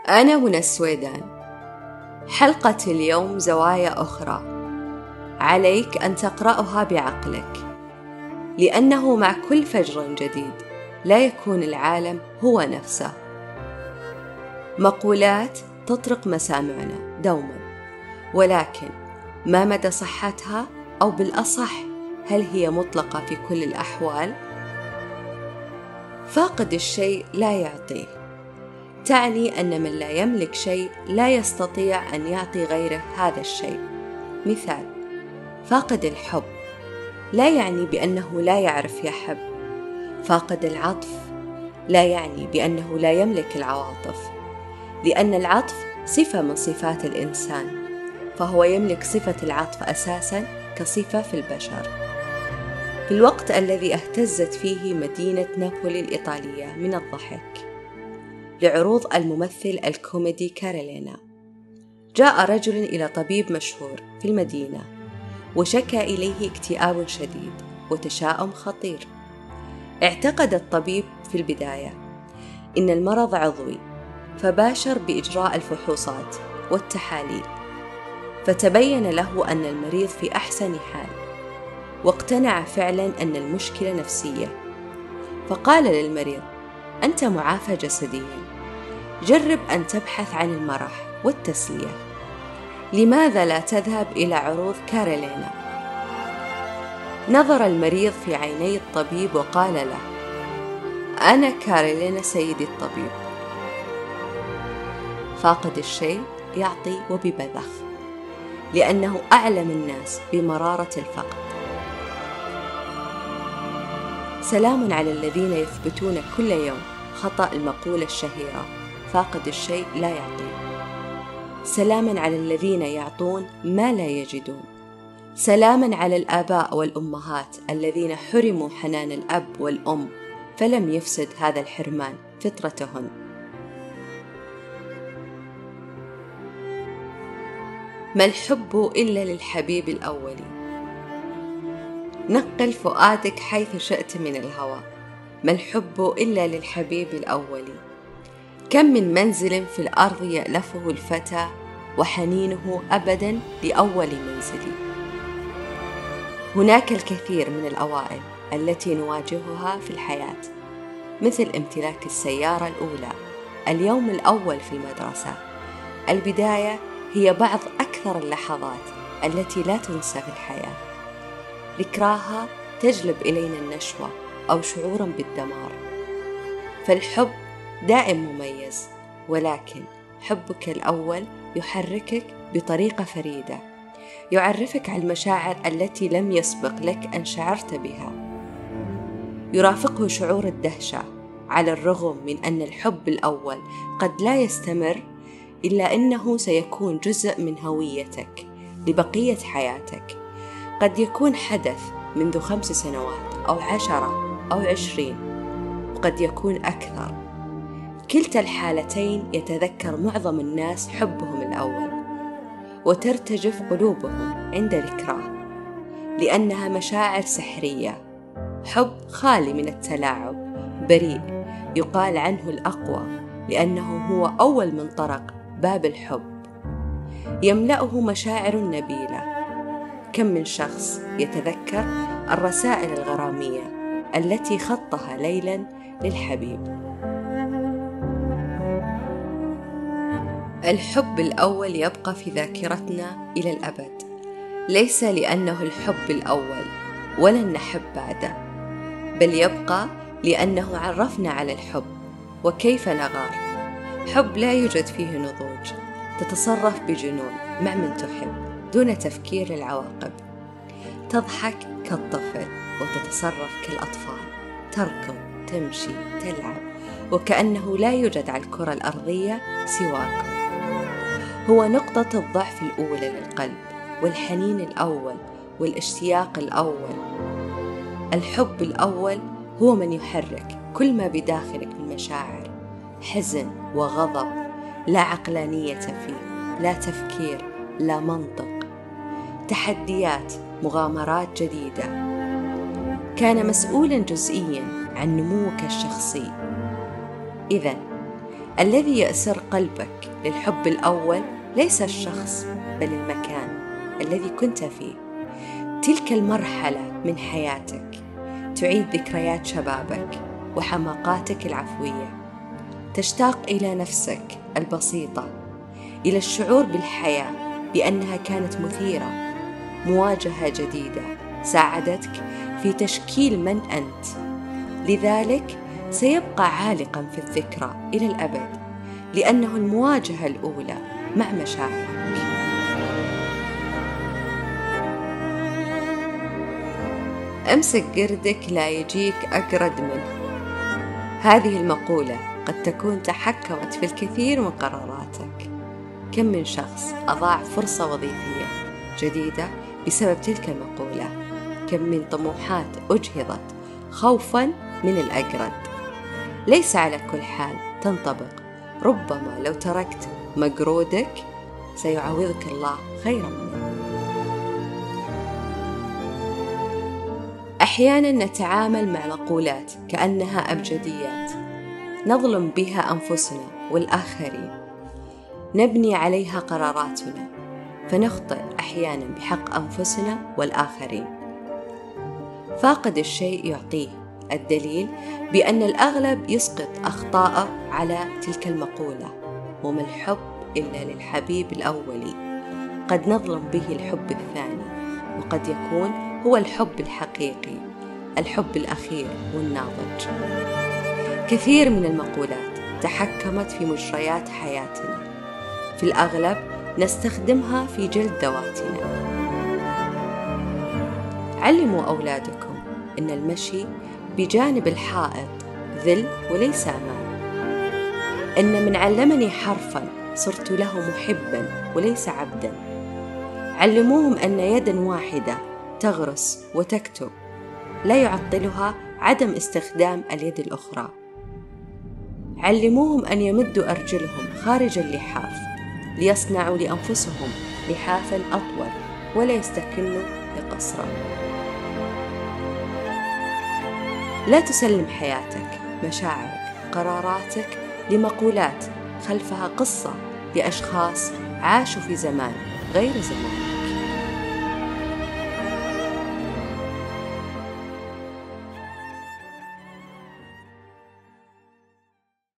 أنا منى السويدان. حلقة اليوم زوايا أخرى، عليك أن تقرأها بعقلك، لأنه مع كل فجر جديد لا يكون العالم هو نفسه. مقولات تطرق مسامعنا دوما، ولكن ما مدى صحتها؟ أو بالأصح هل هي مطلقة في كل الأحوال؟ فاقد الشيء لا يعطيه، تعني أن من لا يملك شيء لا يستطيع أن يعطي غيره هذا الشيء. مثال: فاقد الحب لا يعني بأنه لا يعرف يحب. فاقد العطف لا يعني بأنه لا يملك العواطف، لأن العطف صفة من صفات الإنسان، فهو يملك صفة العطف أساساً كصفة في البشر. في الوقت الذي اهتزت فيه مدينة نابولي الإيطالية من الضحك لعروض الممثل الكوميدي كارولينا، جاء رجل إلى طبيب مشهور في المدينة وشكى إليه اكتئاب شديد وتشاؤم خطير. اعتقد الطبيب في البداية إن المرض عضوي، فباشر بإجراء الفحوصات والتحاليل، فتبين له أن المريض في أحسن حال، واقتنع فعلا أن المشكلة نفسية. فقال للمريض: أنت معافى جسديا، جرب أن تبحث عن المرح والتسلية. لماذا لا تذهب إلى عروض كارولينا؟ نظر المريض في عيني الطبيب وقال له: أنا كارولينا سيدي الطبيب. فاقد الشيء يعطي وببذخ، لأنه أعلم الناس بمرارة الفقد. سلام على الذين يثبتون كل يوم خطأ المقولة الشهيرة: فاقد الشيء لا يعطيه. سلاما على الذين يعطون ما لا يجدون. سلاما على الآباء والأمهات الذين حرموا حنان الأب والأم، فلم يفسد هذا الحرمان فطرتهن. ما الحب إلا للحبيب الأولي؟ نقل فؤادك حيث شئت من الهوى، ما الحب إلا للحبيب الأولي. كم من منزل في الأرض يألفه الفتى، وحنينه أبدا لأول منزل. هناك الكثير من الأوائل التي نواجهها في الحياة، مثل امتلاك السيارة الأولى، اليوم الأول في المدرسة. البداية هي بعض أكثر اللحظات التي لا تنسى في الحياة. ذكراها تجلب إلينا النشوة أو شعورا بالدمار. فالحب دائم مميز، ولكن حبك الأول يحركك بطريقة فريدة، يعرفك على المشاعر التي لم يسبق لك أن شعرت بها. يرافقه شعور الدهشة، على الرغم من أن الحب الأول قد لا يستمر، إلا أنه سيكون جزء من هويتك لبقية حياتك. قد يكون حدث منذ 5 سنوات أو 10 أو 20، وقد يكون أكثر. كلتا الحالتين يتذكر معظم الناس حبهم الأول، وترتجف قلوبهم عند ذكراه، لأنها مشاعر سحرية. حب خالي من التلاعب، بريء، يقال عنه الأقوى لأنه هو أول من طرق باب الحب. يملأه مشاعر نبيلة. كم من شخص يتذكر الرسائل الغرامية التي خطها ليلا للحبيب. الحب الأول يبقى في ذاكرتنا إلى الأبد، ليس لأنه الحب الأول ولن نحب بعده، بل يبقى لأنه عرفنا على الحب وكيف نغار. حب لا يوجد فيه نضوج، تتصرف بجنون مع من تحب دون تفكير العواقب. تضحك كالطفل وتتصرف كالأطفال، تركض، تمشي، تلعب، وكأنه لا يوجد على الكرة الأرضية سواك. هو نقطة الضعف الأولى للقلب، والحنين الأول، والاشتياق الأول. الحب الأول هو من يحرك كل ما بداخلك من مشاعر، حزن وغضب، لا عقلانية فيه، لا تفكير، لا منطق. تحديات، مغامرات جديدة. كان مسؤولا جزئيا عن نموك الشخصي. إذن الذي يأسر قلبك للحب الأول ليس الشخص بل المكان الذي كنت فيه. تلك المرحلة من حياتك تعيد ذكريات شبابك وحماقاتك العفوية، تشتاق إلى نفسك البسيطة، إلى الشعور بالحياة بأنها كانت مثيرة، مواجهة جديدة ساعدتك في تشكيل من أنت. لذلك سيبقى عالقا في الذكرى إلى الأبد، لأنه المواجهة الأولى مع مشاعرك. أمسك قردك لا يجيك أقرد منه. هذه المقولة قد تكون تحكمت في الكثير من قراراتك. كم من شخص أضاع فرصة وظيفية جديدة بسبب تلك المقولة؟ كم من طموحات أجهضت خوفاً من الأقرد؟ ليس على كل حال تنطبق. ربما لو تركت مقرودك سيعوضك الله خيراً منه. أحياناً نتعامل مع مقولات كأنها أبجديات نظلم بها أنفسنا والآخرين، نبني عليها قراراتنا، فنخطئ أحياناً بحق أنفسنا والآخرين. فاقد الشيء يعطيه. الدليل بأن الأغلب يسقط أخطاءه على تلك المقولة: وما الحب إلا للحبيب الأولي. قد نظلم به الحب الثاني، وقد يكون هو الحب الحقيقي، الحب الأخير والناضج. كثير من المقولات تحكمت في مجريات حياتنا، في الأغلب نستخدمها في جلد ذواتنا. علموا أولادكم أن المشي بجانب الحائط ذل وليس أمان، إن من علمني حرفاً صرت له محباً وليس عبداً. علموهم أن يداً واحدة تغرس وتكتب لا يعطلها عدم استخدام اليد الأخرى. علموهم أن يمدوا أرجلهم خارج اللحاف ليصنعوا لأنفسهم لحافاً أطول ولا يستكنوا لقصرا. لا تسلم حياتك، مشاعرك، قراراتك لمقولات خلفها قصة لأشخاص عاشوا في زمان غير زمانك.